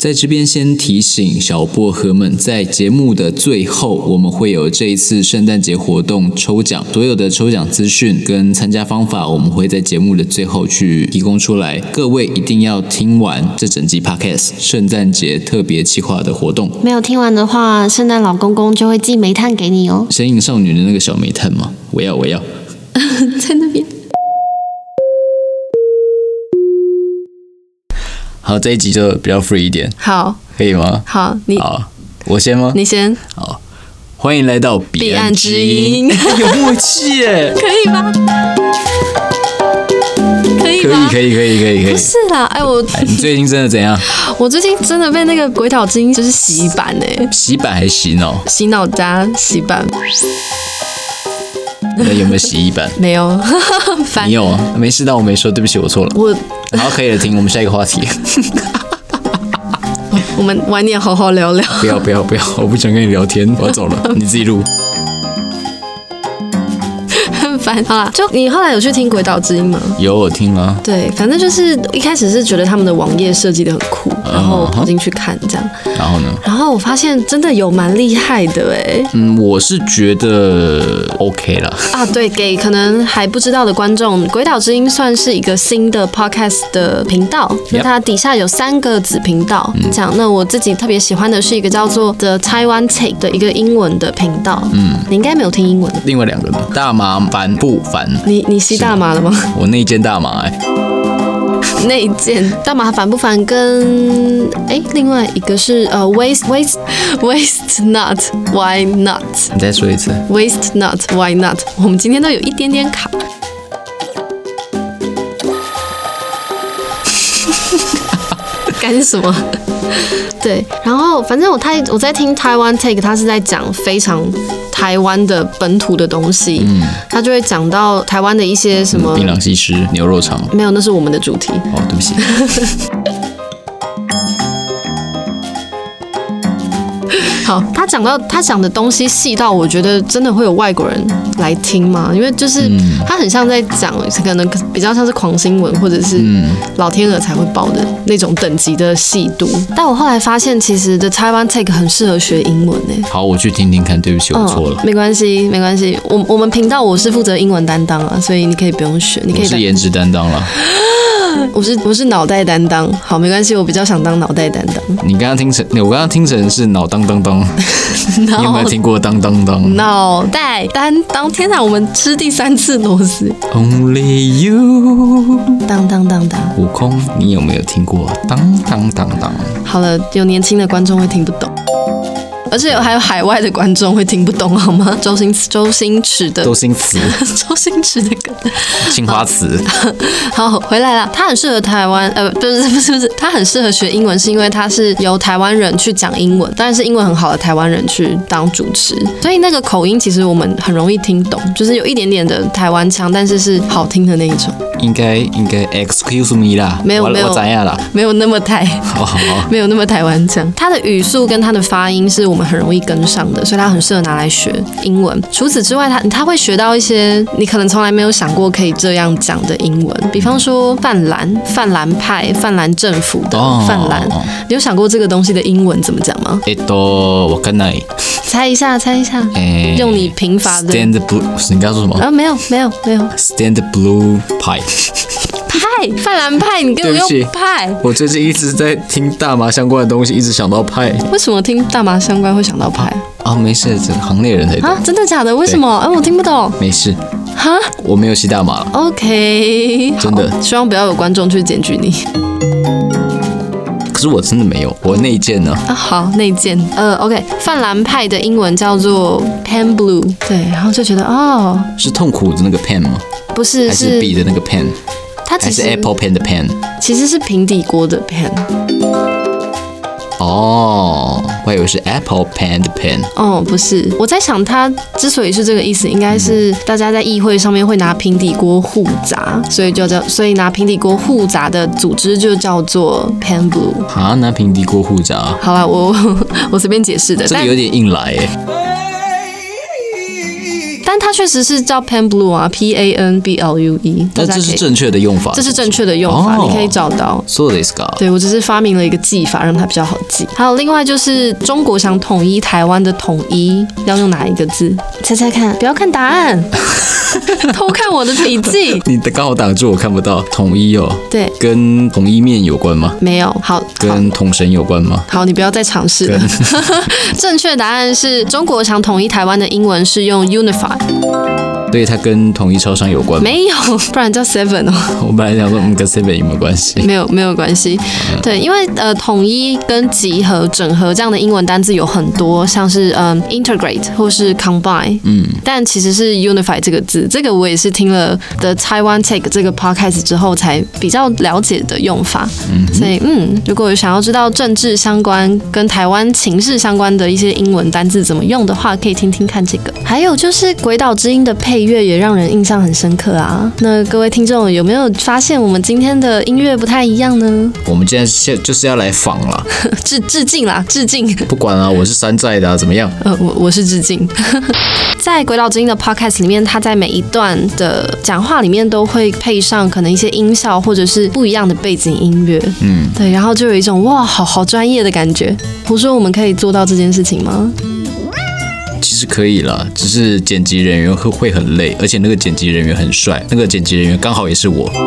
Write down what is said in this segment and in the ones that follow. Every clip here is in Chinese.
在这边先提醒小薄荷们，在节目的最后，我们会有这一次圣诞节活动抽奖，所有的抽奖资讯跟参加方法，我们会在节目的最后去提供出来。各位一定要听完这整集 Podcast 圣诞节特别企划的活动。 没有听完的话，圣诞老公公就会寄煤炭给你哦。 神隐少女的那个小煤炭吗？我要在那边。 好，这一集就比较 free 一点。 好， 可以吗？ 好， 好，我先吗？ 你先。 好，欢迎来到彼岸之音。有默契耶！ 可以吗？可以吗？ 可以。 不是啦， 你最近真的怎样？ 我最近真的被那个鬼岛之音就是洗版哎。 洗版还是洗脑？ 洗脑加洗版。 那有没有洗衣板？ 没有。 你有啊？没事，但我没说，对不起，我错了。好，可以了，停，我们下一个话题。 我们晚点好好聊聊。 不要，我不想跟你聊天，我要走了，你自己录。 很烦。好啦，就你后来有去听《鬼岛之音》吗？ 有，我听了。 对，反正就是一开始是觉得他们的网页设计得很酷，然后跑进去看这样。 然后呢？ 然后我发现真的有蛮厉害的哎。 我是觉得 OK 啦。 啊，对，给可能还不知道的观众，《鬼岛之音》算是一个新的 podcast 的频道，那它底下有3个子频道，这样。那我自己特别喜欢的是一个叫做 The Taiwan Take 的一个英文的频道。你应该没有听英文的。 另外2个呢？大麻烦不烦？ 你吸大麻了吗？ 我那一件大麻那一件大麻烦不烦？跟另外一个是waste not why not？ 你再说一次。 waste not why not？ 我们今天都有一点点卡。干什么？对，然后反正我在听台湾 Take， 他是在讲非常台湾的本土的东西，他就会讲到台湾的一些什么槟榔西施、牛肉肠。 没有，那是我们的主题。 哦，对不起。 好，他讲的东西细到我觉得真的会有外国人来听吗？因为就是他很像在讲，可能比较像是狂新闻或者是老天鹅才会报的那种等级的细度。但我后来发现，其实的 Taiwan Take 很适合学英文诶。 好，我去听听看。对不起，我错了。 没关系。我们频道我是负责英文担当啊，所以你可以不用学，你可以。 我是颜值担当了。 我是脑袋担当。好，没关系，我比较想当脑袋担当。 我刚刚听成是脑当当当。你有没有听过当当当？ 脑袋担当，天哪，我们吃第3次螺丝。 Only you， 当当当当。 悟空，你有没有听过当当当当？ 好了，有年轻的观众会听不懂。而且还有海外的观众会听不懂好吗？周星驰的梗， 青花瓷。 好，回来了。他很适合台湾，不是，他很适合学英文，是因为他是由台湾人去讲英文，当然是英文很好的台湾人去当主持，所以那个口音其实我们很容易听懂，就是有一点点的台湾腔，但是是好听的那一种。 应该 excuse me 啦， 没有， 我怎样啦？ 没有那么没有那么台湾腔。他的语速跟他的发音是我们很容易跟上的，所以他很适合拿来学英文。除此之外，他会学到一些你可能从来没有想过可以这样讲的英文，比方说泛蓝派、泛蓝政府的泛蓝。你有想过这个东西的英文怎么讲吗？ 我跟你猜一下，用你贫乏的 stand blue， 你刚刚说什么？ 没有 stand blue pie。 派泛蓝派，你跟我用派。 我最近一直在听大麻相关的东西，一直想到派。 为什么听大麻相关会想到派？ 没事，这行内人才懂。 真的假的？为什么？我听不懂。 没事。我没有吸大麻了。 OK， 真的。 希望不要有观众去检举你。 可是我真的没有，我内建呢。 好，内建。OK， 泛蓝派的英文叫做 pen blue， 对，然后就觉得是痛苦的那个 pen 吗？ 不是， 还是笔的那个 pen？ 它其实还是 Apple Pen 的 pen？ 其实是平底锅的 pen。 我以为是 Apple Pen 的 pen。 不是，我在想它之所以是这个意思，应该是大家在议会上面会拿平底锅互砸，所以拿平底锅互砸的组织就叫做 pen blue。 拿平底锅互砸？ 好啦，我随便解释的。 这个有点硬来耶。 但它确实是叫 PanBlue 啊 ，PANBLUE。 那这是正确的用法， 这是正确的用法，你可以找到。 そうですか。 对，我只是发明了一个记法，让它比较好记。还有另外就是中国想统一台湾的统一要用哪一个字？猜猜看，不要看答案，偷看我的笔记。 你刚好挡住我看不到。统一哦， 对， 跟统一面有关吗？ 没有。好， 跟统神有关吗？ 好，你不要再尝试了。正确答案是中国想统一台湾的英文是用 Unify。 所以它跟统一超商有关吗？ 没有，不然叫 Seven 哦。 我本来想说，跟 Seven 有没有关系？ 没有关系。对，因为统一跟集合、整合这样的英文单字有很多，像是integrate 或是 combine。但其实是 unify 这个字，这个我也是听了的 Taiwan Tech 这个 podcast 之后才比较了解的用法。所以如果有想要知道政治相关跟台湾情势相关的一些英文单字怎么用的话，可以听听看这个。还有就是《鬼岛之音》的配乐也让人印象很深刻啊。那各位听众有没有发现我们今天的音乐不太一样呢？ 我们今天就是要来仿啦， 致敬啦，致敬。 不管啊，我是山寨的啊，怎么样？ 我是致敬。在《鬼岛之音》的 podcast 里面，他在每一段的讲话里面都会配上可能一些音效或者是不一样的背景音乐。对，然后就有一种哇，好专业的感觉。胡说，我们可以做到这件事情吗？ 其实可以啦，只是剪辑人员会很累，而且那个剪辑人员很帅，那个剪辑人员刚好也是我。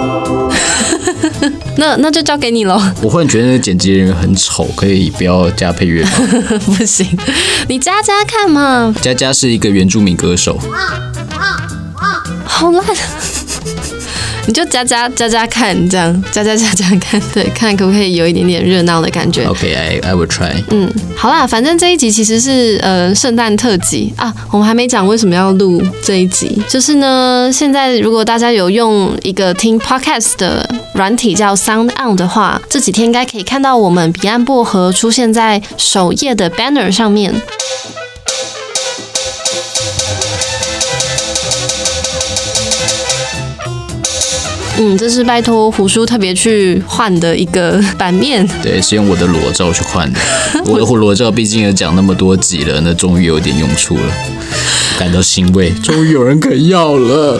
那就交给你咯。 我忽然觉得那个剪辑人员很丑，可以不要加配乐吗？ 不行，你加看嘛。 佳是一个原住民歌手。 好烂。你就加看，这样加看，对，看可不可以有一点点热闹的感觉。 OK，I will try。 好啦，反正这一集其实是圣诞特辑啊，我们还没讲为什么要录这一集，就是呢，现在如果大家有用一个听 podcast 的软体叫 Sound On 的话，这几天应该可以看到我们彼岸薄荷出现在首页的 banner 上面。这是拜托胡叔特别去换的一个版面。对， 是用我的裸照去换的。我的裸照毕竟也讲那么多集了，那终于有点用处了，感到欣慰，终于有人肯要了。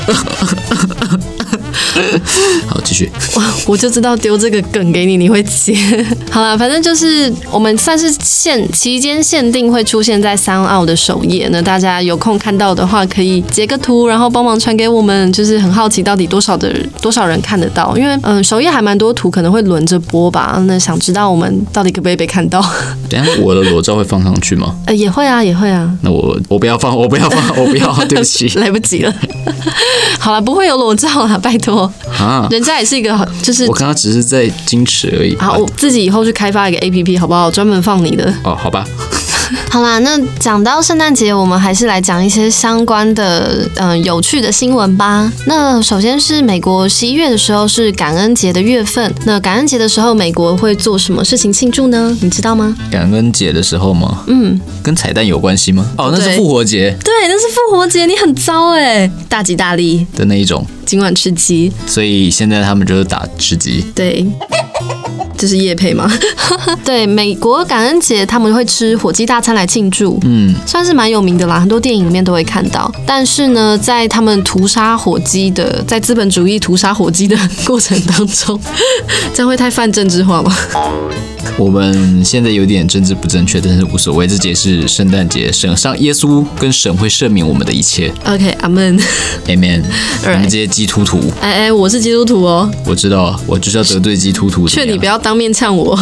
好，继续。 我就知道丢这个梗给你，你会接。好啦，反正就是我们算是期间限定会出现在Sound On的首页，那大家有空看到的话，可以截个图，然后帮忙传给我们。就是很好奇到底多少人看得到，因为首页还蛮多图，可能会轮着播吧。那想知道我们到底可不可以被看到？ 等一下我的裸照会放上去吗？ 也会啊。 那我不要放，我不要，对不起， 来不及了。好了，不会有裸照啦，拜托。人家也是一个，就是我刚刚只是在矜持而已。 好，我自己以后去开发一个 APP 好不好？专门放你的。 好吧。 好啦，那讲到圣诞节，我们还是来讲一些相关的有趣的新闻吧。那首先是美国11月的时候是感恩节的月份，那感恩节的时候美国会做什么事情庆祝呢？你知道吗？ 感恩节的时候吗？跟彩蛋有关系吗？那是复活节。 对，那是复活节，你很糟大吉大利的那一种。 今晚吃鸡， 所以现在他们就是打吃鸡。 对。这是业配吗？对，美国感恩节他们会吃火鸡大餐来庆祝，算是蛮有名的啦，很多电影里面都会看到。但是呢，在他们屠杀火鸡的，在资本主义屠杀火鸡的过程当中，这样会太泛政治化吗？ 我们现在有点政治不正确，但是无所谓，这节是圣诞节，上耶稣跟神会赦免我们的一切。 OK， 阿门 ，Amen。我们这些基督徒， 我是基督徒哦。 我知道，我就是要得罪基督徒。 劝你不要当面呛我。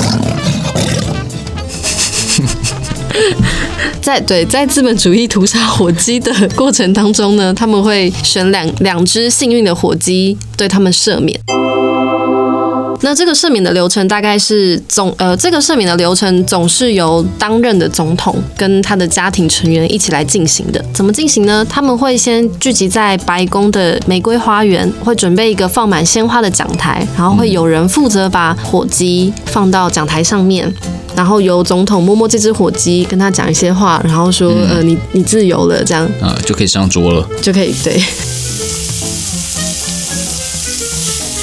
在资本主义屠杀火鸡的过程当中呢，他们会选两只幸运的火鸡，对他们赦免。那这个赦免的流程大概是这个赦免的流程总是由当任的总统跟他的家庭成员一起来进行的。怎么进行呢？他们会先聚集在白宫的玫瑰花园，会准备一个放满鲜花的讲台，然后会有人负责把火鸡放到讲台上面，然后由总统摸摸这只火鸡，跟他讲一些话，然后说你自由了，这样就可以上桌了， 就可以对。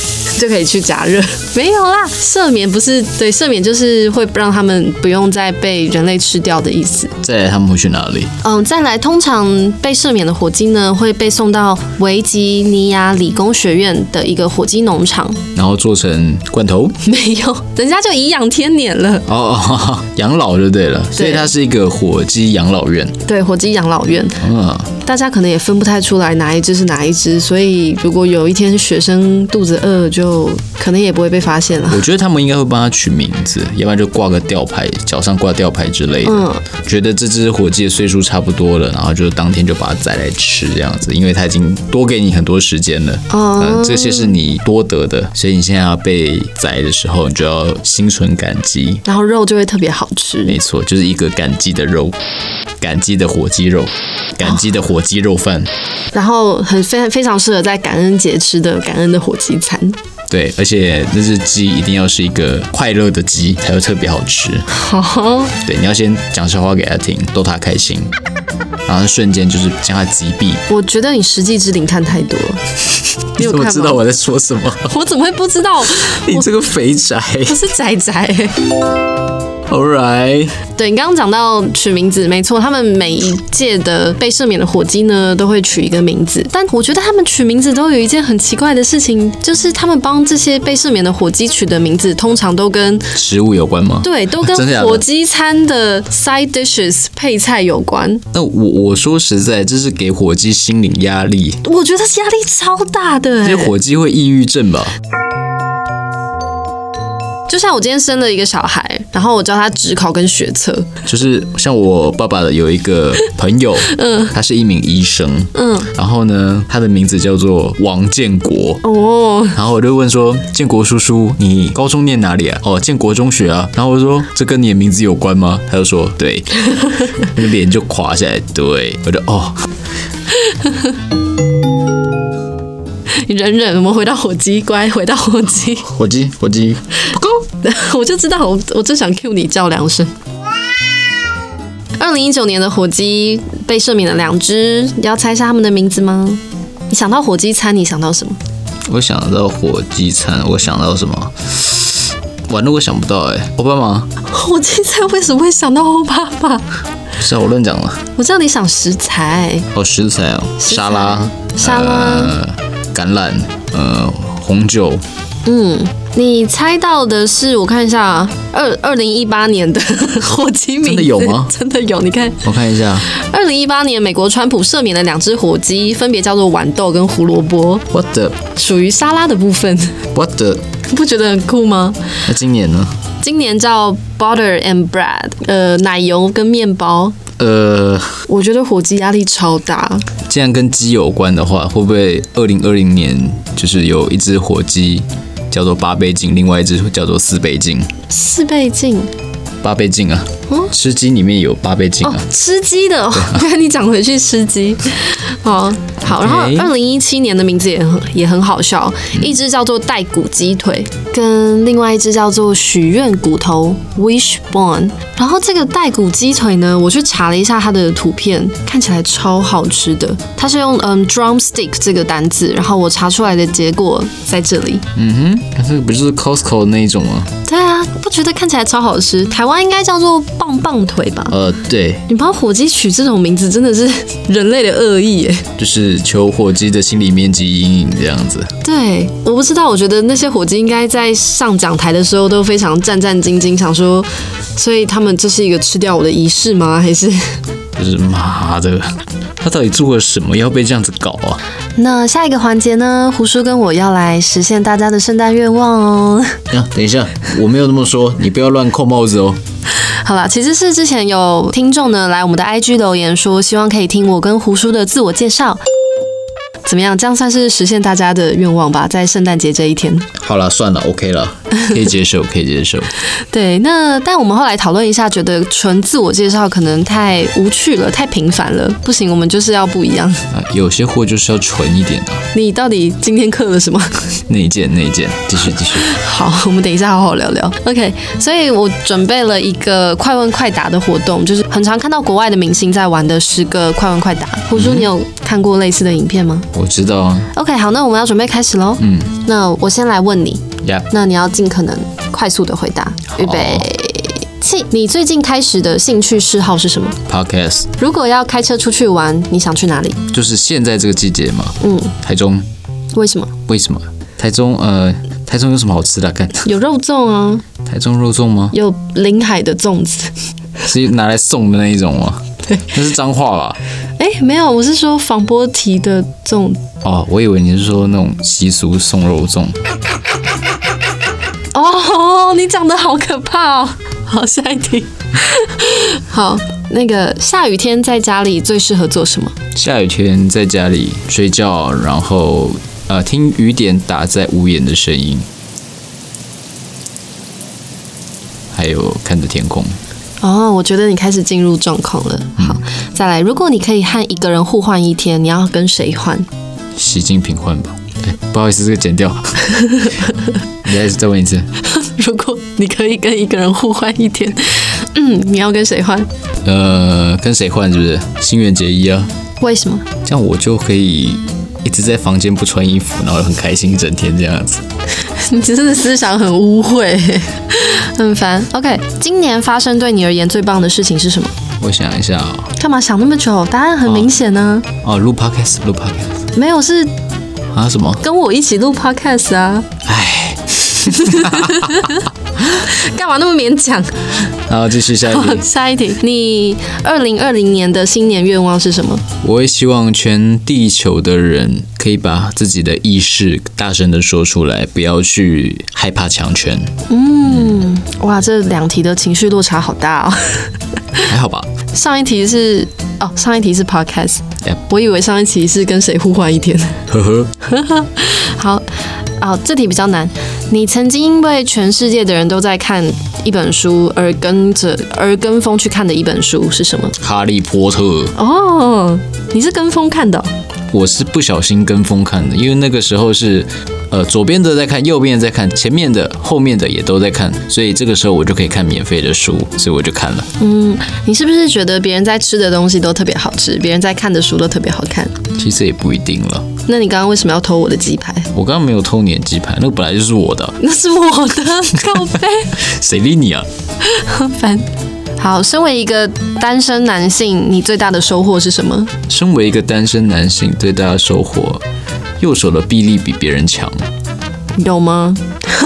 就可以去加热。没有啦，赦免不是对，赦免就是会让他们不用再被人类吃掉的意思。 再来他们会去哪里？ 再来，通常被赦免的火鸡呢，会被送到维吉尼亚理工学院的一个火鸡农场， 然后做成罐头？ 没有，人家就颐养天年了。 养老就对了，所以它是一个火鸡养老院。 对，火鸡养老院。大家可能也分不太出来哪一只是哪一只，所以如果有一天学生肚子饿，就可能也不会被发现了。 我觉得他们应该会帮他取名字，要不然就挂个吊牌，脚上挂吊牌之类的。觉得这只火鸡的岁数差不多了，然后就当天就把它宰来吃这样子，因为它已经多给你很多时间了。这些是你多得的，所以你现在要被宰的时候，你就要心存感激， 然后肉就会特别好吃。 没错，就是一个感激的肉，感激的火鸡肉，感激的火鸡肉饭， 然后非常适合在感恩节吃的感恩的火鸡餐。 对，而且那只鸡一定要是一个快乐的鸡，才会特别好吃。对，你要先讲笑话给他听，逗他开心，然后瞬间就是将他击毙。我觉得你实际之灵看太多了。 你怎么知道我在说什么？ 我怎么会不知道？ 你这个肥宅， 不是宅宅。 Alright， 对，你刚刚讲到取名字，没错，他们每一届的被赦免的火鸡呢，都会取一个名字。但我觉得他们取名字都有一件很奇怪的事情，就是他们帮这些被赦免的火鸡取的名字，通常都跟食物有关吗？ 对，都跟火鸡餐的 side dishes 配菜有关。 那我说实在，这是给火鸡心理压力。 我觉得压力超大的。 这些火鸡会抑郁症吧？ 就像我今天生了一个小孩，然后我教他指考跟学测， 就是像我爸爸的有一个朋友，他是一名医生，然后呢，他的名字叫做王建国，然后我就问说，建国叔叔，你高中念哪里啊？建国中学啊。然后我就说，这跟你的名字有关吗？他就说，对，那个脸就垮下来，对，我就你忍，我们回到火鸡，乖，回到火鸡， 火鸡，不够， 我就知道，我就想 cue 你叫2声。2019年的火鸡被赦免了2只，你要猜一下他们的名字吗？你想到火鸡餐，你想到什么？ 我想到火鸡餐，我想到什么？完了，我想不到奥巴马。 火鸡餐为什么会想到奥巴马？ 是啊，我乱讲了。 我知道你想食材。 食材哦，沙拉，橄榄，红酒。 你猜到的是，我看一下，2018年的火鸡名字。真的有吗？ 真的有，你看。我看一下。 2018年，美国川普赦免了2只火鸡，分别叫做豌豆跟胡萝卜。 What the？ 属于沙拉的部分。 What the？ 不觉得很酷吗？ 那今年呢？ 今年叫 butter and bread， 奶油跟面包。我觉得火鸡压力超大。 既然跟鸡有关的话，会不会2020年就是有一只火鸡叫做8倍镜，另外一只叫做4倍镜 ？4倍镜 ？8倍镜啊！吃鸡里面有8倍镜啊！ 吃鸡的，跟你讲回去吃鸡。好，然后2017年的名字也很好笑，一只叫做带骨鸡腿，跟另外一只叫做许愿骨头 Wishbone。然后这个带骨鸡腿呢，我去查了一下它的图片，看起来超好吃的。它是用drumstick 这个单字，然后我查出来的结果在这里。 这个不就是 Costco 那一种吗？ 对啊，不觉得看起来超好吃？台湾应该叫做棒棒腿吧？ 对。 你帮火鸡取这种名字，真的是人类的恶意耶！ 就是求火鸡的心理面积阴影这样子。 对，我不知道，我觉得那些火鸡应该在上讲台的时候都非常战战兢兢，想说，所以他们这是一个吃掉我的仪式吗？还是？ 就是妈的，他到底做了什么要被这样子搞啊？ 那下一个环节呢，胡叔跟我要来实现大家的圣诞愿望哦。 等一下，我没有那么说，你不要乱扣帽子哦。 好啦，其实是之前有听众呢来我们的 IG 留言说，希望可以听我跟胡叔的自我介绍。怎么样？这样算是实现大家的愿望吧，在圣诞节这一天。 好了，算了 ，OK 了，可以接受，可以接受。 对，但我们后来讨论一下，觉得纯自我介绍可能太无趣了，太平凡了，不行，我们就是要不一样。 有些货就是要纯一点啊。 你到底今天刻了什么？ 内件，继续。 好，我们等一下好好聊聊。OK， 所以我准备了一个快问快答的活动，就是很常看到国外的明星在玩的10个快问快答。胡叔，你有看过类似的影片吗？ 我知道啊。 OK， 好，那我们要准备开始喽。那我先来问你，那你要尽可能快速的回答。预备起，你最近开始的兴趣嗜好是什么 ？Podcast。 如果要开车出去玩，你想去哪里？ 就是现在这个季节嘛。台中。 为什么？ 台中有什么好吃的？看有肉粽啊。 台中肉粽吗？ 有临海的粽子， 是拿来送的那一种吗？ 对， 那是彰化吧？ 没有，我是说仿波提的粽。 哦，我以为你是说那种习俗送肉粽。 哦，你讲的好可怕哦。好，下一题。好，那个下雨天在家里最适合做什么？ 下雨天在家里睡觉，然后听雨点打在屋檐的声音，还有看着天空。 哦，我觉得你开始进入状况了。好，再来，如果你可以和一个人互换一天，你要跟谁换？ 习近平换吧。不好意思，这个剪掉。你再问一次。 如果你可以跟一个人互换一天，你要跟谁换？ 跟谁换是不是？新垣结衣啊。 为什么？ 这样我就可以一直在房间不穿衣服，然后很开心一整天这样子。 你真的思想很污秽，很烦。OK， 今年发生对你而言最棒的事情是什么？ 我想一下啊。 干嘛想那么久？答案很明显呢。 录 podcast。 没有，是什么？ 跟我一起录 podcast 啊。干嘛那么勉强？ 好，继续下一题。 下一题，你2020年的新年愿望是什么？ 我会希望全地球的人可以把自己的意识大声的说出来，不要去害怕强权。 哇，这两题的情绪落差好大哦。 还好吧。 上一题是 podcast，我以为上一题是跟谁互换一天。好。这题比较难。你曾经因为全世界的人都在看一本书而跟风去看的一本书是什么？ 哈利波特。 哦，你是跟风看的哦？ 我是不小心跟风看的，因为那个时候是左边的在看，右边的在看，前面的后面的也都在看，所以这个时候我就可以看免费的书，所以我就看了。 你是不是觉得别人在吃的东西都特别好吃，别人在看的书都特别好看？ 其实也不一定了。 那你刚刚为什么要偷我的鸡排？ 我刚刚没有偷你的鸡排，那个本来就是我的。 那是我的，靠背。 谁理你啊？ 很烦。好，身为一个单身男性，你最大的收获是什么？ 身为一个单身男性，最大的收获，右手的臂力比别人强。 有吗？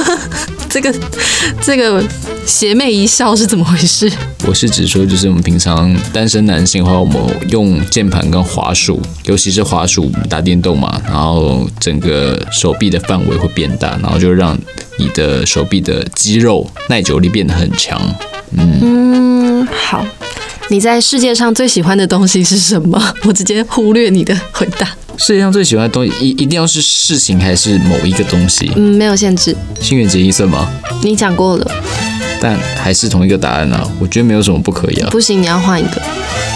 这个邪魅一笑是怎么回事？ 我是指说，就是我们平常单身男性的话，我们用键盘跟滑鼠，尤其是滑鼠打电动嘛，然后整个手臂的范围会变大，然后就让你的手臂的肌肉耐久力变得很强。 好。你在世界上最喜欢的东西是什么？我直接忽略你的回答。 世界上最喜欢的东西一定要是事情还是某一个东西？ 没有限制。 新垣结衣算吗？ 你讲过了， 但还是同一个答案啊。我觉得没有什么不可以啊。 不行，你要换一个。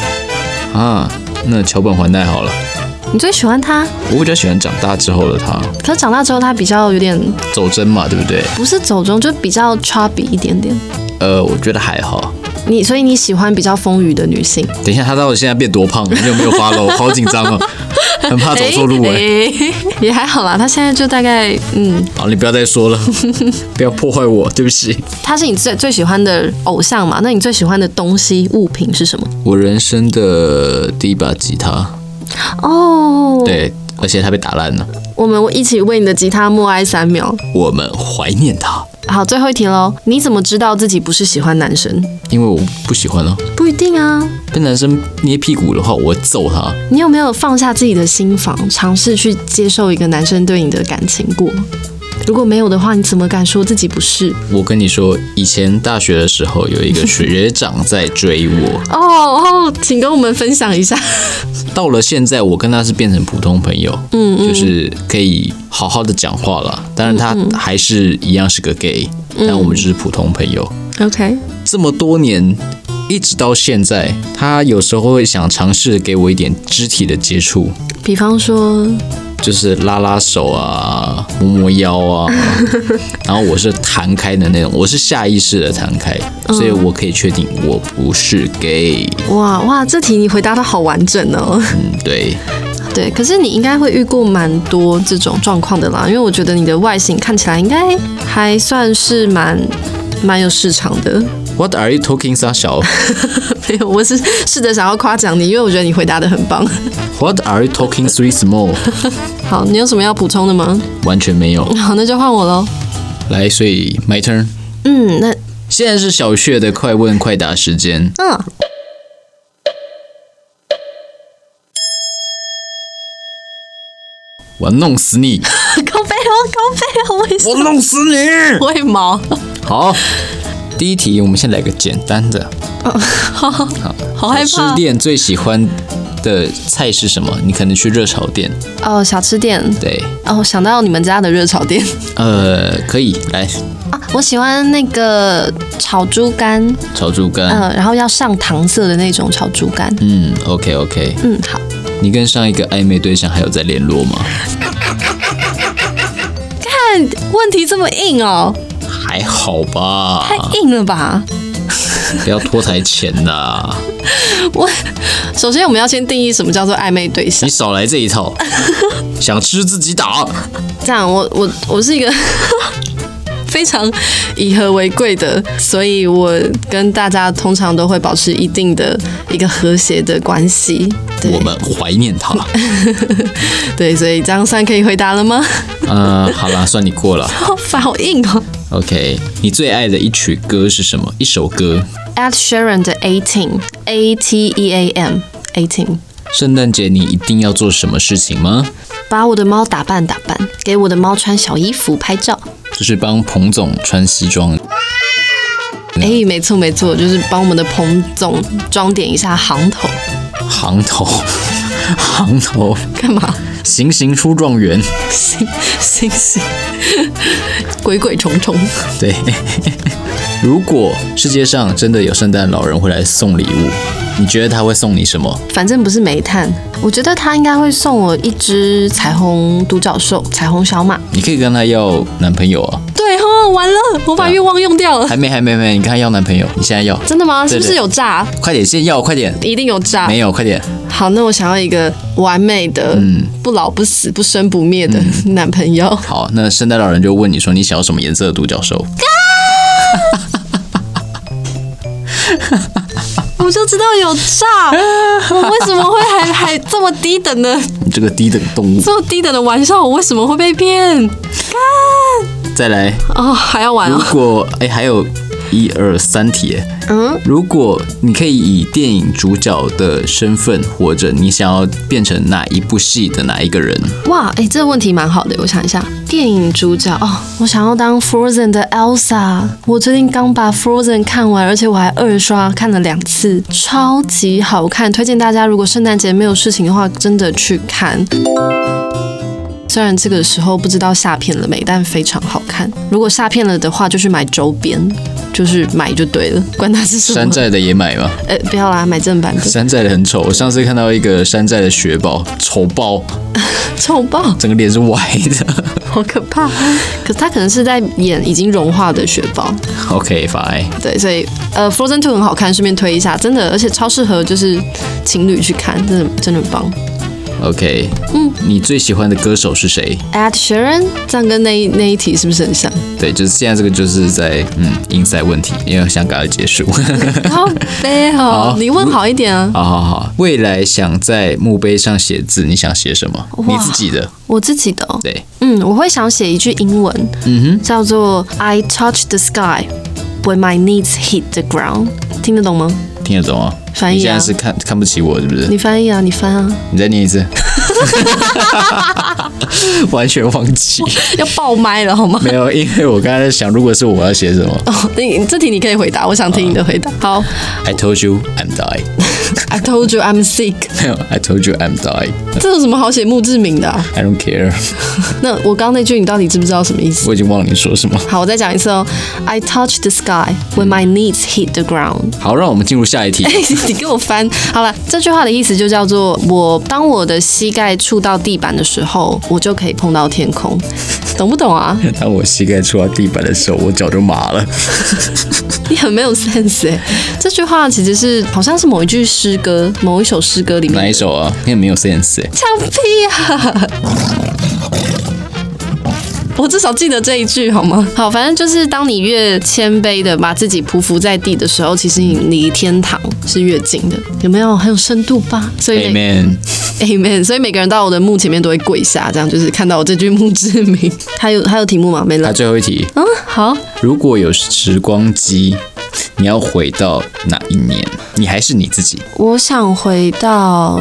那桥本环奈好了。 你最喜欢他？ 我比较喜欢长大之后的他。 可是长大之后他比较有点走针嘛，对不对？ 不是走中，就比较 chubby 一点点。 我觉得还好。 所以你喜欢比较丰腴的女性？ 等一下，他到底现在变多胖？你有没有follow？好紧张哦，很怕走错路也还好啦，他现在就大概好，你不要再说了，不要破坏我，对不起。 他是你最喜欢的偶像嘛？那你最喜欢的东西物品是什么？ 我人生的第一把吉他。 哦， 对，而且它被打烂了。 我们一起为你的吉他默哀3秒。 我们怀念它。 好，最后一题咯。你怎么知道自己不是喜欢男生？ 因为我不喜欢啊。 不一定啊。 被男生捏屁股的话，我会揍他。 你有没有放下自己的心防，尝试去接受一个男生对你的感情过？如果没有的话，你怎么敢说自己不是？ 我跟你说，以前大学的时候有一个学长在追我。 请跟我们分享一下。 到了现在，我跟他是变成普通朋友，就是可以好好的讲话了。当然，他还是一样是个 gay，但我们就是普通朋友。 OK， 这么多年，一直到现在，他有时候会想尝试给我一点肢体的接触， 比方说。 就是拉拉手啊，摸摸腰啊，然后我是弹开的那种，我是下意识的弹开，所以我可以确定我不是 gay。 哇，这题你回答的好完整哦。 对。 对，可是你应该会遇过蛮多这种状况的啦，因为我觉得你的外形看起来应该还算是蛮有市场的。 What are you talking, 傻小？ 没有，我是试着想要夸奖你，因为我觉得你回答得很棒。 What are you talking, three small？ 好，你有什么要补充的吗？ 完全没有。 好，那就换我喽。 来，所以 my turn。 那现在是小雀的快问快答时间。我弄死你！ 高飞哦，为什么？ 我弄死你！ 为毛？ 好，第一题我们先来个简单的。 好害怕。 小吃店最喜欢的菜是什么？你可能去热炒店。 哦，小吃店。 对。 哦，想到你们家的热炒店。 可以来。 我喜欢那个炒猪肝。 炒猪肝。 然后要上糖色的那种炒猪肝。 OK。 好。 你跟上一个暧昧对象还有在联络吗？ 看问题这么硬哦。 还好吧。 太硬了吧。 不要拖台前啦。 首先我们要先定义什么叫做暧昧对象。 你少来这一套。想吃自己打。 这样，我是一个非常以和为贵的，所以我跟大家通常都会保持一定的一个和谐的关系。 我们怀念他。 对，所以这样算可以回答了吗？ 好啦，算你过了。 好烦，好硬哦。 OK， 你最爱的一曲歌是什么？一首歌。 Ed Sheeran 的 ATEAM 18。 圣诞节你一定要做什么事情吗？ 把我的猫打扮，给我的猫穿小衣服拍照。 就是帮彭总穿西装。 没错，就是帮我们的彭总装点一下行头。 行头干嘛？ 行出状元。 行，鬼重重。 对。如果世界上真的有圣诞老人会来送礼物，你觉得他会送你什么？ 反正不是煤炭，我觉得他应该会送我一只彩虹独角兽、彩虹小马。 你可以跟他要男朋友啊。 对哦，完了，我把愿望用掉了。 还没，你跟他要男朋友，你现在要。 真的吗？是不是有诈？ 快点，先要，快点。 一定有诈。 没有，快点。 好，那我想要一个完美的、不老不死、不生不灭的男朋友。 好，那圣诞老人就问你说，你想要什么颜色的独角兽？ 我就知道有诈，我为什么会还这么低等的？ 你这个低等动物， 这么低等的玩笑，我为什么会被骗？ 再来哦，还要玩哦。 如果还有1、2、3题。如果你可以以电影主角的身份活着，你想要变成哪一部戏的哪一个人？ 哇，这个问题蛮好的，我想一下，电影主角我想要当 Frozen 的 Elsa。我最近刚把 Frozen 看完，而且我还2刷看了2次，超级好看，推荐大家如果圣诞节没有事情的话，真的去看。虽然这个时候不知道下片了没，但非常好看。如果下片了的话，就去买周边，就是买就对了，管它是什么。 山寨的也买吗？ 不要啦，买正版的。 山寨的很丑，我上次看到一个山寨的雪宝，丑爆，整个脸是歪的， 好可怕。可是他可能是在演已经融化的雪宝。 OK， fine。 对，所以Frozen 2很好看，顺便推一下，真的，而且超适合就是情侣去看，真的很棒。 OK， 你最喜欢的歌手是谁 ？Ed Sheeran， 这样跟那一题是不是很像？ 对，就是现在这个就是在inside 问题，因为想赶快结束。 好悲哦，你问好一点啊。 好，未来想在墓碑上写字，你想写什么？你自己的？ 我自己的。 对， 我会想写一句英文，叫做 I touch the sky when my knees hit the ground， 听得懂吗？ 听得懂啊。 翻译啊！ 你现在是看不起我是不是？ 你翻译啊，你翻啊！ 你再念一次。完全忘记。 要爆麦了好吗？ 没有，因为我刚才在想，如果是我要写什么。 这题你可以回答，我想听你的回答。好。 I told you I'm dying. I told you I'm sick. 没有 I told you I'm dying. 这有什么好写墓志铭的啊？ I don't care. 那我刚刚那句你到底知不知道什么意思？ 我已经忘了你说什么。 好，我再讲一次哦。I touch the sky when my knees hit the ground. 好，让我们进入下一题。 你给我好了，这句话的意思就叫做当我的膝盖触到地板的时候，我就可以碰到天空，懂不懂啊？ 当我膝盖触到地板的时候，我脚就麻了。 你很没有 sense 哎！这句话其实是好像是某一句诗歌、某一首诗歌里面。 哪一首啊？你很没有 sense 哎！ 呛屁啊！我至少记得这一句好吗？好，反正就是当你越谦卑的把自己匍匐在地的时候，其实你离天堂是越近的，有没有很有深度吧？所以 Amen， 所以每个人到我的墓前面都会跪下，这样就是看到我这句墓志铭。还有题目吗？没了。 最后一题。 好。 如果有时光机，你要回到哪一年？你还是你自己？我想回到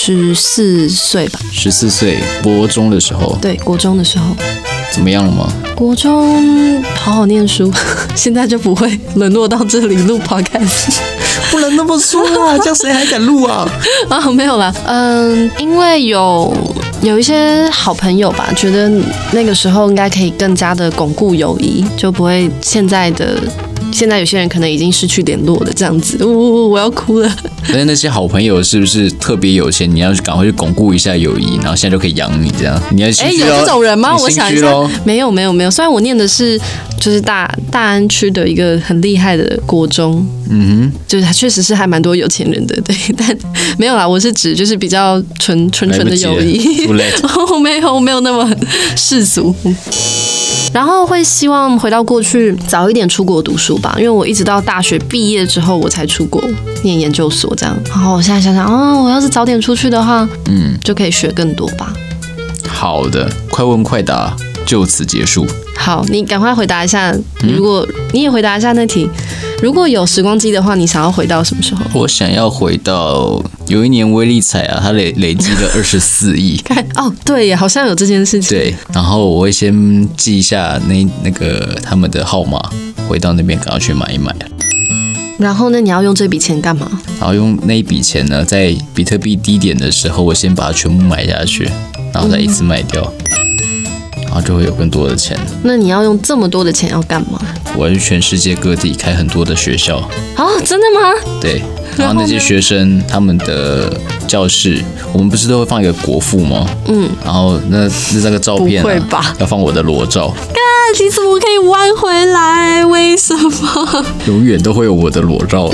14岁吧。 14岁，国中的时候。 对，国中的时候。 怎么样了吗？ 国中好好念书，现在就不会沦落到这里录 podcast。 不能那么说啊，这样谁还敢录啊？ 没有啦，因为有一些好朋友吧，觉得那个时候应该可以更加的巩固友谊，就不会现在有些人可能已经失去联络了，这样子，我要哭了。 但是那些好朋友是不是特别有钱？你要赶快去巩固一下友谊，然后现在就可以养你这样？你要心虚有这种人吗？我想一下，没有。虽然我念的是就是大安区的一个很厉害的国中，就是确实是还蛮多有钱人的，对，但没有啦，我是指就是比较纯的友谊。我没有那么世俗。然后会希望回到过去，早一点出国读书吧，因为我一直到大学毕业之后我才出国念研究所这样。然后我现在想想，我要是早点出去的话，就可以学更多吧。 好的，快问快答，就此结束。 好，你赶快回答一下，如果你也回答一下那题。如果有时光机的话，你想要回到什么时候？我想要回到有一年威力彩啊，它累积了24亿。 对耶，好像有这件事情。 对，然后我会先记一下那个他们的号码，回到那边赶快去买一买。 然后呢，你要用这笔钱干嘛？ 然后用那一笔钱呢，在比特币低点的时候，我先把它全部买下去，然后再一次卖掉。然后就会有更多的钱。 那你要用这么多的钱要干嘛？ 我要去全世界各地开很多的学校。 真的吗？ 对。然后那些学生他们的教室，我们不是都会放一个国父吗？然后那个照片，不会吧？要放我的裸照。 你怎么可以弯回来？为什么？ 永远都会有我的裸照。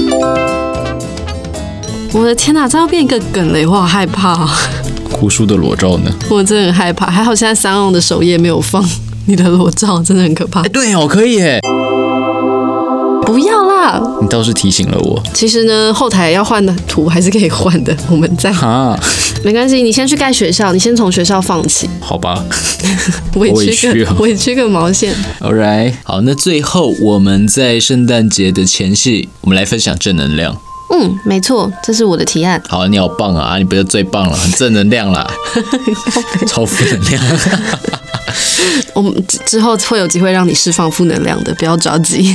我的天哪，这要变一个梗了，我好害怕。 胡叔的裸照呢？ 我真的很害怕，还好现在三王的首页没有放你的裸照，真的很可怕。 对哦，可以耶。 不要啦！ 你倒是提醒了我。 其实呢，后台要换的图还是可以换的，我们在。没关系，你先去盖学校，你先从学校放起。 好吧。 委屈个毛线。 Alright， 好，那最后我们在圣诞节的前夕，我们来分享正能量。 没错，这是我的提案。 好，你好棒啊！你不是最棒了，很正能量啦，超负能量。 我们之后会有机会让你释放负能量的，不要着急。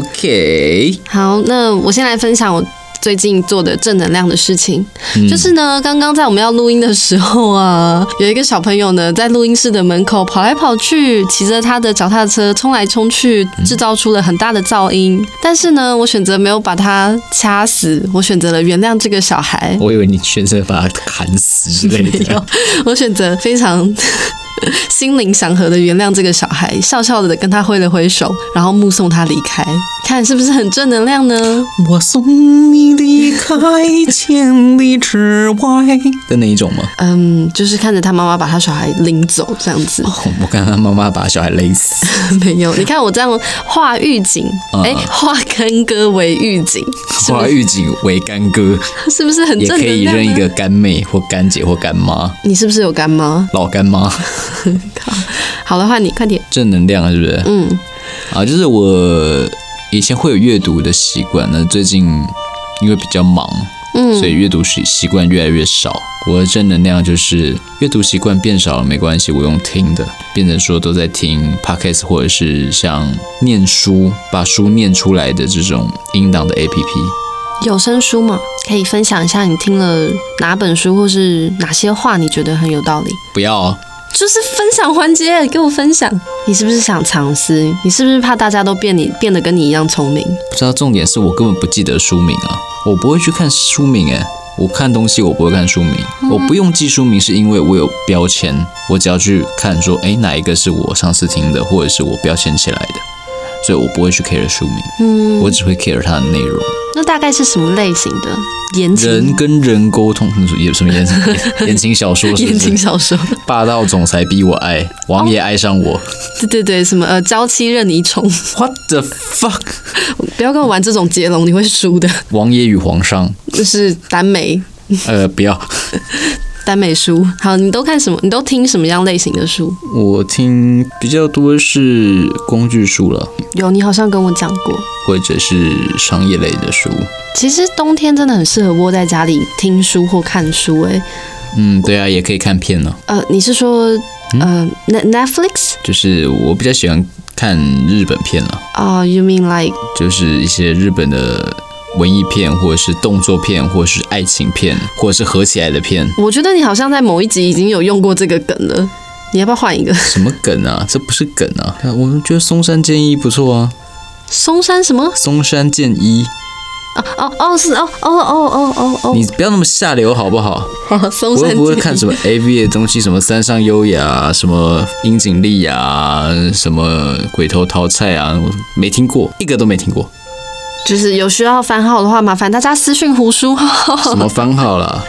OK。 好，那我先来分享我最近做的正能量的事情，就是呢，刚刚在我们要录音的时候啊，有一个小朋友呢在录音室的门口跑来跑去，骑着他的脚踏车冲来冲去，制造出了很大的噪音。但是呢，我选择没有把他掐死，我选择了原谅这个小孩。 我以为你选择把他砍死之类的。 我选择非常心灵祥和的原谅这个小孩，笑笑的跟他挥了挥手，然后目送他离开。看是不是很正能量呢？ 我送你离开千里之外的那一种吗？ 就是看着他妈妈把他小孩拎走这样子。 我看他妈妈把小孩勒死。 没有，你看我这样化预警，化干戈为预警， 化预警为干戈， 是不是很正能量？ 也可以认一个干妹或干姐或干妈。 你是不是有干妈？ 老干妈。 好了，换你，快点。 正能量是不是？就是我以前会有阅读的习惯，那最近因为比较忙，所以阅读习惯越来越少。我的正能量就是阅读习惯变少了没关系，我用听的，变成说都在听 podcast 或者是像念书，把书念出来的这种音档的 APP。 有声书吗？可以分享一下你听了哪本书，或是哪些话你觉得很有道理？ 不要啊。 就是分享环节，给我分享。你是不是想藏私？你是不是怕大家都变得跟你一样聪明？ 不知道，重点是我根本不记得书名啊，我不会去看书名我看东西我不会看书名，我不用记书名是因为我有标签，我只要去看说，哪一个是我上次听的，或者是我标签起来的，所以我不会去 care 书名，我只会 care 它的内容。 那大概是什么类型的？言情？ 人跟人沟通，有什么言情小说是不是？ 言情小说。 霸道总裁逼我爱，王爷爱上我。 对，什么娇妻任你宠。 What the fuck？ 不要跟我玩这种接龙，你会输的。 王爷与皇上。 就是耽美。 不要。 耽美书。好，你都看什么？你都听什么样类型的书？ 我听比较多是工具书了。 有，你好像跟我讲过。 或者是商业类的书。 其实冬天真的很适合窝在家里听书或看书对啊，也可以看片呢。 你是说Netflix？ 就是我比较喜欢看日本片了。 You mean like？ 就是一些日本的文艺片，或者是动作片，或者是爱情片，或者是合起来的片。 我觉得你好像在某一集已经有用过这个梗了，你要不要换一个？ 什么梗啊？这不是梗啊！我们觉得松山健一不错啊。 松山什么？ 松山健一。你不要那么下流好不好？ 松山健一。 我又不会看什么 AV 的东西，什么三上优雅，什么樱井莉啊，什么鬼头桃菜啊，我没听过，一个都没听过。 就是有需要番号的话，麻烦大家私讯胡叔。 什么番号啦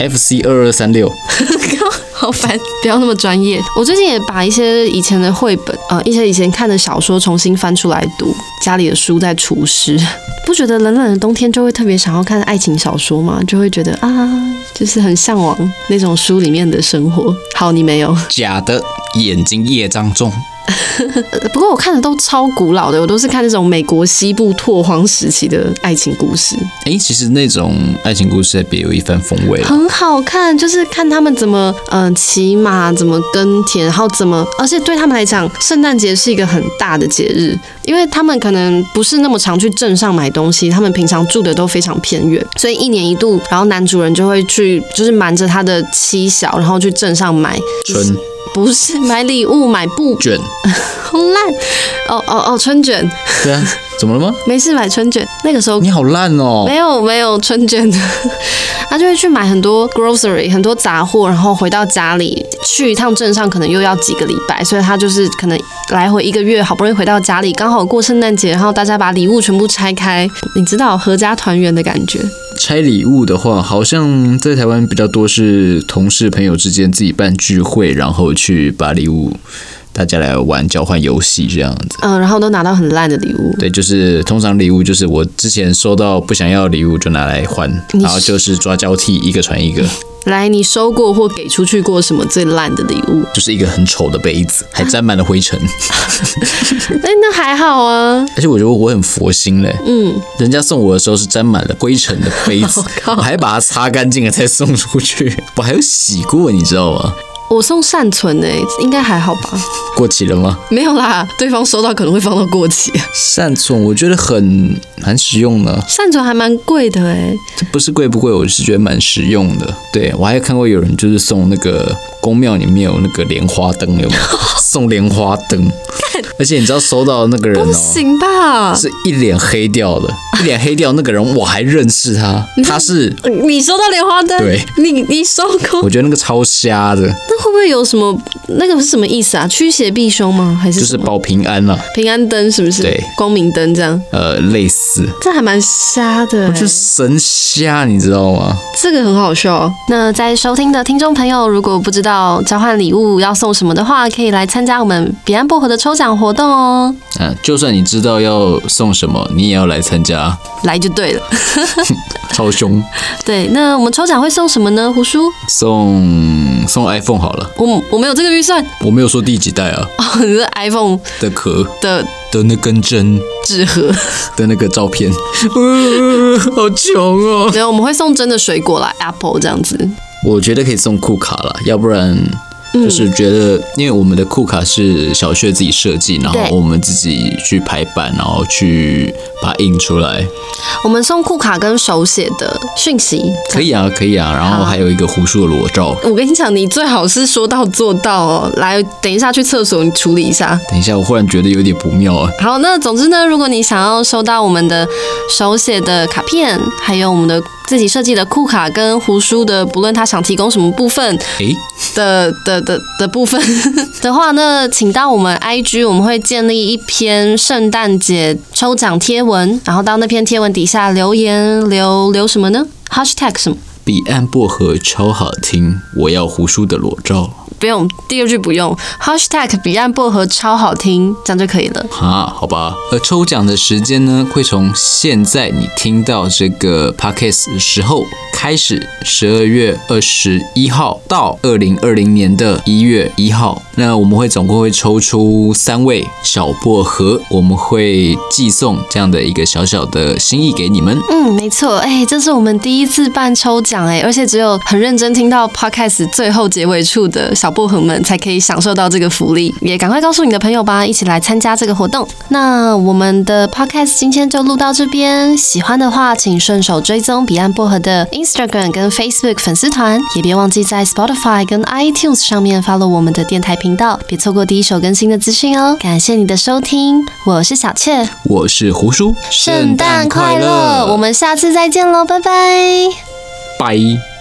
？FC2236。 好烦，不要那么专业。我最近也把一些以前的绘本，一些以前看的小说重新翻出来读。家里的书在除湿，不觉得冷冷的冬天就会特别想要看爱情小说吗？就会觉得就是很向往那种书里面的生活。好，你没有？ 假的，眼睛业障重。 不过我看的都超古老的，我都是看那种美国西部拓荒时期的爱情故事。 其实那种爱情故事还别有一番风味， 很好看，就是看他们怎么骑马，怎么耕田，然后而且对他们来讲，圣诞节是一个很大的节日，因为他们可能不是那么常去镇上买东西，他们平常住的都非常偏远，所以一年一度，然后男主人就会去，就是瞒着他的妻小，然后去镇上买春。 不是买礼物，买布卷， 好烂春卷。 对啊，怎么了吗？ 没事，买春卷。那个时候你好烂哦。 没有春卷的，他就会去买很多 grocery， 很多杂货，然后回到家里去一趟镇上，可能又要几个礼拜，所以他就是可能来回1个月，好不容易回到家里，刚好过圣诞节，然后大家把礼物全部拆开，你知道合家团圆的感觉。 拆礼物的话，好像在台湾比较多是同事朋友之间自己办聚会，然后去把礼物大家来玩交换游戏这样子。 然后都拿到很烂的礼物。 对，就是通常礼物就是我之前收到不想要的礼物就拿来换，然后就是抓交替，一个传一个。 来，你收过或给出去过什么最烂的礼物？ 就是一个很丑的杯子，还沾满了灰尘。 那还好啊。 而且我觉得我很佛心嘞。人家送我的时候是沾满了灰尘的杯子，我还把它擦干净了才送出去，我还有洗过，你知道吗？ 我送善存应该还好吧？ 过期了吗？ 没有啦，对方收到可能会放到过期。 善存我觉得蛮实用的。 善存还蛮贵的这不是贵不贵，我是觉得蛮实用的。对，我还看过有人就是送那个宫庙里面有那个莲花灯，有没有？送莲花灯，而且你知道收到的那个人不行吧？ 是一脸黑掉的，一脸黑掉那个人我还认识他，他是你收到莲花灯？ 对， 你收过？ 我觉得那个超瞎的。 那会不会有什么？那个是什么意思啊？驱邪避凶吗？还是就是保平安啊？ 平安灯是不是？ 对， 光明灯这样。 类似。 这还蛮瞎的。 我觉得神瞎，你知道吗？ 这个很好笑。那在收听的听众朋友，如果不知道交换礼物要送什么的话，可以来参加我们彼岸薄荷的抽奖活动哦。 就算你知道要送什么，你也要来参加， 来就对了。 超凶。对， 那我们抽奖会送什么呢？胡叔送 iPhone 好了。 我没有这个预算。 我没有说第几代啊。 你是 iPhone 的壳的那根针纸盒的那个照片。好穷哦。 没有，我们会送真的水果啦 ，Apple 这样子。 我觉得可以送库卡啦，要不然就是觉得，因为我们的库卡是小雀自己设计，然后我们自己去排版，然后去把它印出来。 我们送库卡跟手写的讯息， 可以啊，可以啊。然后还有一个胡叔的裸照。 我跟你讲，你最好是说到做到哦。来，等一下去厕所，你处理一下。 等一下，我忽然觉得有点不妙啊。 好，那总之呢，如果你想要收到我们的手写的卡片，还有我们的自己设计的酷卡跟胡叔的，不论他想提供什么部分的部分的话呢，请到我们 IG， 我们会建立一篇圣诞节抽奖贴文，然后到那篇贴文底下留言，留什么呢？ Hashtag 什么？ 彼岸薄荷超好听，我要胡叔的裸照。 不用，第二句不用 ，#彼岸薄荷超好听，这样就可以了。 好吧。而抽奖的时间呢，会从现在你听到这个 podcast 的时候开始，12月21号到2020年的1月1号。那我们会总共会抽出3位小薄荷，我们会寄送这样的一个小小的心意给你们。 没错，这是我们第一次办抽奖，而且只有很认真听到 podcast 最后结尾处的小薄荷们才可以享受到这个福利，也赶快告诉你的朋友吧，一起来参加这个活动。那我们的 podcast 今天就录到这边，喜欢的话请顺手追踪彼岸薄荷的 Instagram 跟 Facebook 粉丝团，也别忘记在 Spotify 跟 iTunes 上面 follow 我们的电台频道，别错过第一手更新的资讯哦。感谢你的收听，我是小雀， 我是胡叔， 圣诞快乐，我们下次再见喽，拜拜， 拜。